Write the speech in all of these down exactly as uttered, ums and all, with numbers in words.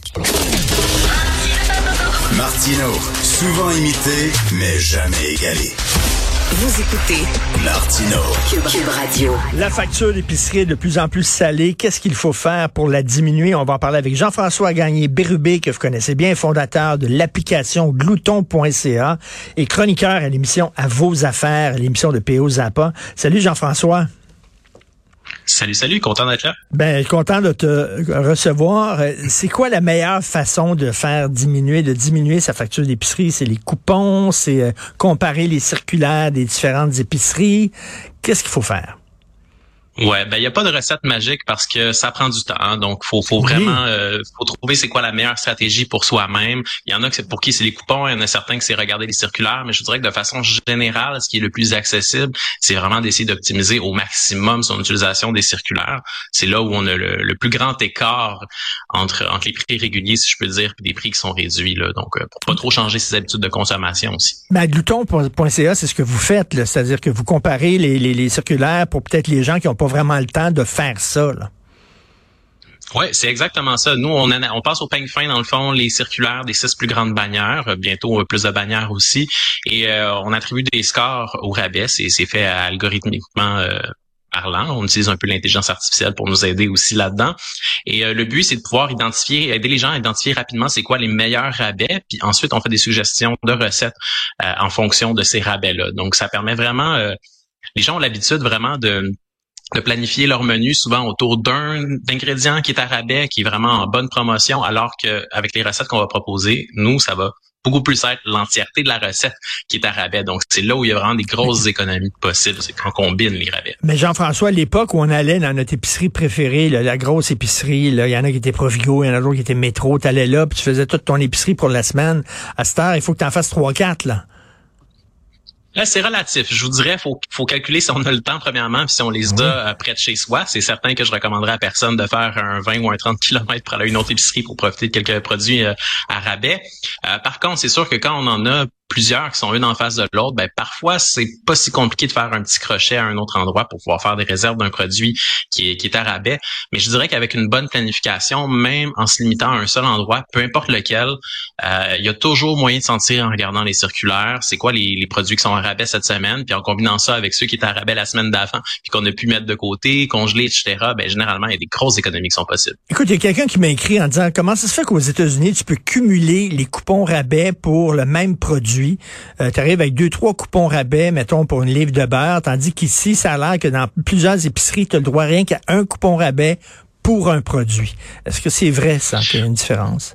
Martino, souvent imité, mais jamais égalé. Vous écoutez Martino, Cube, Cube Radio. La facture d'épicerie est de plus en plus salée. Qu'est-ce qu'il faut faire pour la diminuer? On va en parler avec Jean-François Gagné-Bérubé, que vous connaissez bien, fondateur de l'application glouton point c a et chroniqueur à l'émission À vos affaires, l'émission de P O Zappa. Salut Jean-François. Salut, salut, content d'être là. Ben, content de te recevoir. C'est quoi la meilleure façon de faire diminuer, de diminuer sa facture d'épicerie? C'est les coupons, c'est euh, comparer les circulaires des différentes épiceries. Qu'est-ce qu'il faut faire? Ouais, ben il y a pas de recette magique parce que ça prend du temps. Hein, donc faut faut Oui. vraiment euh, faut trouver c'est quoi la meilleure stratégie pour soi-même. Il y en a que c'est pour qui c'est les coupons, il y en a certains que c'est regarder les circulaires, mais je dirais que de façon générale, ce qui est le plus accessible, c'est vraiment d'essayer d'optimiser au maximum son utilisation des circulaires. C'est là où on a le, le plus grand écart entre entre les prix réguliers, si je peux dire, et des prix qui sont réduits là. Donc euh, pour pas trop changer ses habitudes de consommation aussi. Ben, glouton point c a, c'est ce que vous faites, là. C'est-à-dire que vous comparez les, les, les circulaires pour peut-être les gens qui n'ont pas vraiment le temps de faire ça, là. Oui, c'est exactement ça. Nous, on, a, on passe au peigne fin, dans le fond, les circulaires des six plus grandes bannières, bientôt plus de bannières aussi, et euh, on attribue des scores au rabais. C'est, c'est fait algorithmiquement euh, parlant. On utilise un peu l'intelligence artificielle pour nous aider aussi là-dedans. Et euh, le but, c'est de pouvoir identifier, aider les gens à identifier rapidement c'est quoi les meilleurs rabais, puis ensuite, on fait des suggestions de recettes euh, en fonction de ces rabais-là. Donc, ça permet vraiment... Euh, les gens ont l'habitude vraiment de... de planifier leur menu souvent autour d'un ingrédient qui est à rabais, qui est vraiment en bonne promotion, alors que avec les recettes qu'on va proposer, nous, ça va beaucoup plus être l'entièreté de la recette qui est à rabais. Donc, c'est là où il y a vraiment des grosses économies possibles, c'est quand on combine les rabais. Mais Jean-François, à l'époque où on allait dans notre épicerie préférée, là, la grosse épicerie, là, il y en a qui étaient Provigo, il y en a d'autres qui étaient Métro, t'allais là, puis tu faisais toute ton épicerie pour la semaine. À cette heure, il faut que tu en fasses trois quatre, là. Là, c'est relatif. Je vous dirais, faut faut calculer si on a le temps premièrement, puis si on les a euh, près de chez soi. C'est certain que je recommanderais à personne de faire un vingt ou un trente kilomètres pour aller à une autre épicerie pour profiter de quelques produits euh, à rabais. Euh, par contre, c'est sûr que quand on en a plusieurs qui sont une en face de l'autre, ben parfois c'est pas si compliqué de faire un petit crochet à un autre endroit pour pouvoir faire des réserves d'un produit qui est qui est à rabais. Mais je dirais qu'avec une bonne planification, même en se limitant à un seul endroit, peu importe lequel, euh, il y a toujours moyen de sentir en regardant les circulaires, c'est quoi les, les produits qui sont à rabais cette semaine, puis en combinant ça avec ceux qui étaient à rabais la semaine d'avant, puis qu'on a pu mettre de côté, congeler, et cetera. Ben généralement il y a des grosses économies qui sont possibles. Écoute, il y a quelqu'un qui m'a écrit en disant comment ça se fait qu'aux États-Unis tu peux cumuler les coupons rabais pour le même produit. Euh, tu arrives avec deux, trois coupons rabais, mettons, pour une livre de beurre, tandis qu'ici, ça a l'air que dans plusieurs épiceries, tu as le droit rien qu'à un coupon rabais pour un produit. Est-ce que c'est vrai, ça, qu'il y a une différence?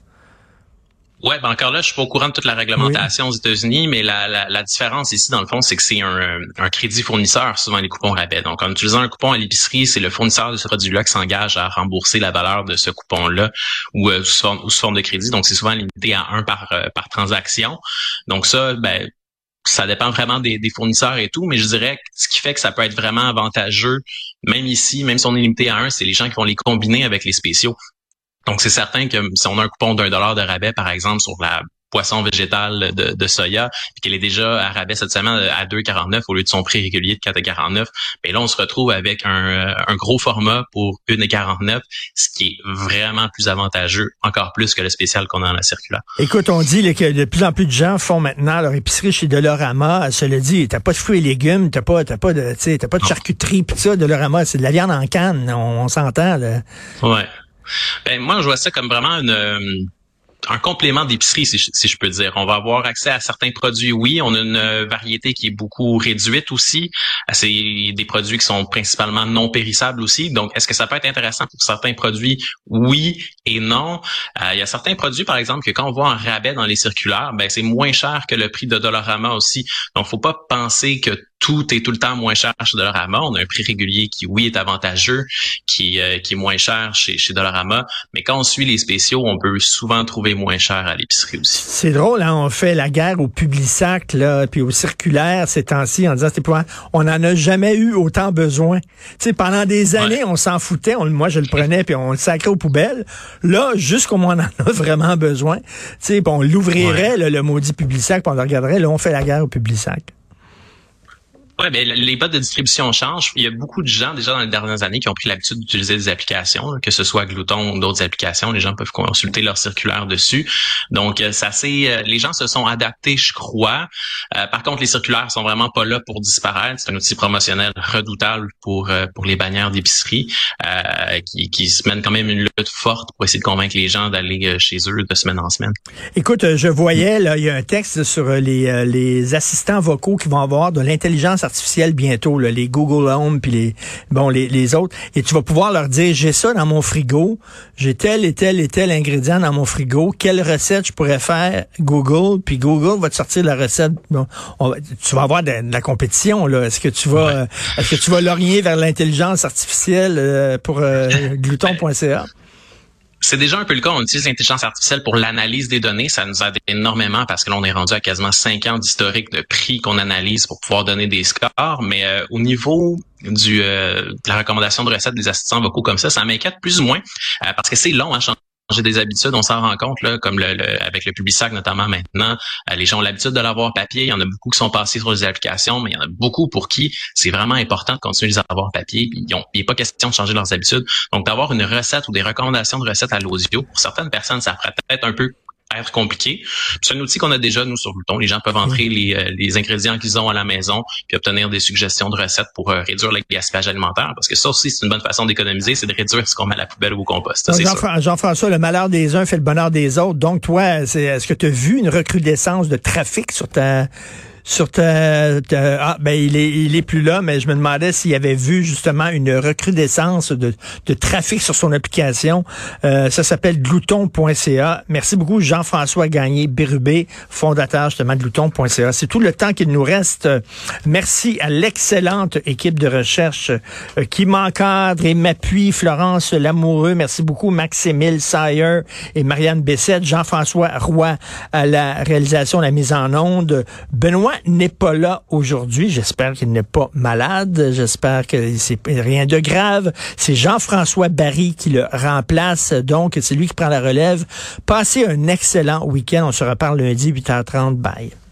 Ouais, ben encore là, je suis pas au courant de toute la réglementation oui. aux États-Unis, mais la, la, la différence ici, dans le fond, c'est que c'est un, un crédit fournisseur, souvent les coupons rabais. Donc, en utilisant un coupon à l'épicerie, c'est le fournisseur de ce produit-là qui s'engage à rembourser la valeur de ce coupon-là ou euh, sous, forme, ou sous forme de crédit. Donc, c'est souvent limité à un par euh, par transaction. Donc ça, ben ça dépend vraiment des, des fournisseurs et tout, mais je dirais que ce qui fait que ça peut être vraiment avantageux, même ici, même si on est limité à un, c'est les gens qui vont les combiner avec les spéciaux. Donc, c'est certain que si on a un coupon d'un dollar de rabais, par exemple, sur la poisson végétale de, de soya, puis qu'elle est déjà à rabais cette semaine à deux quarante-neuf au lieu de son prix régulier de quatre quarante-neuf, bien là, on se retrouve avec un, un gros format pour un quarante-neuf, ce qui est vraiment plus avantageux, encore plus que le spécial qu'on a dans la circulaire. Écoute, on dit là, que de plus en plus de gens font maintenant leur épicerie chez Dollarama. Cela dit, t'as pas de fruits et légumes, t'as pas, t'as pas de, tu sais, t'as pas de charcuterie, pis ça, Dollarama, c'est de la viande en canne, on, on s'entend, là. Ouais. Ben, moi, je vois ça comme vraiment une... un complément d'épicerie, si je, si je peux dire. On va avoir accès à certains produits, oui. On a une variété qui est beaucoup réduite aussi. C'est des produits qui sont principalement non périssables aussi. Donc, est-ce que ça peut être intéressant pour certains produits? Oui et non. Euh, il y a certains produits, par exemple, que quand on voit en rabais dans les circulaires, ben c'est moins cher que le prix de Dollarama aussi. Donc, faut pas penser que tout est tout le temps moins cher chez Dollarama. On a un prix régulier qui, oui, est avantageux, qui, euh, qui est moins cher chez, chez Dollarama. Mais quand on suit les spéciaux, on peut souvent trouver moins cher à l'épicerie aussi. C'est drôle, hein? On fait la guerre au Publisac, là, puis au circulaire ces temps-ci, en disant, c'est pas, on n'en a jamais eu autant besoin. Tu sais, pendant des années, ouais. on s'en foutait. On, moi, je le prenais, puis on le sacrait aux poubelles. Là, juste comme on en a vraiment besoin, tu sais, on l'ouvrirait, ouais. là, le maudit Publisac, puis on le regarderait. Là, on fait la guerre au Publisac. Ouais, ben les modes de distribution changent. Il y a beaucoup de gens déjà dans les dernières années qui ont pris l'habitude d'utiliser des applications, que ce soit Glouton ou d'autres applications. Les gens peuvent consulter leur circulaire dessus. Donc, ça c'est, les gens se sont adaptés, je crois. Euh, par contre, les circulaires sont vraiment pas là pour disparaître. C'est un outil promotionnel redoutable pour pour les bannières d'épicerie, euh, qui, qui se mènent quand même une lutte forte pour essayer de convaincre les gens d'aller chez eux de semaine en semaine. Écoute, je voyais là, il y a un texte sur les les assistants vocaux qui vont avoir de l'intelligence artificielle bientôt, là, les Google Home puis les bon les, les autres, et tu vas pouvoir leur dire j'ai ça dans mon frigo, j'ai tel et tel et tel ingrédient dans mon frigo, quelle recette je pourrais faire Google, puis Google va te sortir la recette. Bon, on, tu vas avoir de, de la compétition là. Est-ce que tu vas ouais. euh, est-ce que tu vas lorgner vers l'intelligence artificielle euh, pour euh, glouton point c a? C'est déjà un peu le cas. On utilise l'intelligence artificielle pour l'analyse des données. Ça nous aide énormément parce que là, on est rendu à quasiment cinq ans d'historique de prix qu'on analyse pour pouvoir donner des scores. Mais euh, au niveau du euh, de la recommandation de recettes des assistants vocaux comme ça, ça m'inquiète plus ou moins euh, parce que c'est long à changer des habitudes, on s'en rend compte là, comme le, le avec le Publisac notamment maintenant, euh, les gens ont l'habitude de l'avoir papier. Il y en a beaucoup qui sont passés sur les applications, mais il y en a beaucoup pour qui c'est vraiment important de continuer à les avoir papier. Puis ils ont, il n'est pas question de changer leurs habitudes. Donc d'avoir une recette ou des recommandations de recettes à l'audio, pour certaines personnes, ça ferait peut-être un peu être compliqué. C'est un outil qu'on a déjà, nous, sur Glouton. Les gens peuvent entrer les, euh, les ingrédients qu'ils ont à la maison puis obtenir des suggestions de recettes pour euh, réduire le gaspillage alimentaire. Parce que ça aussi, c'est une bonne façon d'économiser, c'est de réduire ce qu'on met à la poubelle ou au compost. Ça, Jean- Jean-François, le malheur des uns fait le bonheur des autres. Donc, toi, c'est, est-ce que tu as vu une recrudescence de trafic sur ta... Sur ta, ta, ah, ben, il est, il est plus là, mais je me demandais s'il avait vu justement une recrudescence de, de trafic sur son application. Euh, ça s'appelle glouton point c a. Merci beaucoup, Jean-François Gagné-Bérubé, fondateur justement de glouton point c a. C'est tout le temps qu'il nous reste. Merci à l'excellente équipe de recherche euh, qui m'encadre et m'appuie. Florence Lamoureux, merci beaucoup. Max-Émile Sayer et Marianne Bessette. Jean-François Roy à la réalisation, la mise en onde. Benoît n'est pas là aujourd'hui. J'espère qu'il n'est pas malade. J'espère que c'est rien de grave. C'est Jean-François Barry qui le remplace. Donc, c'est lui qui prend la relève. Passez un excellent week-end. On se reparle lundi, huit heures trente. Bye.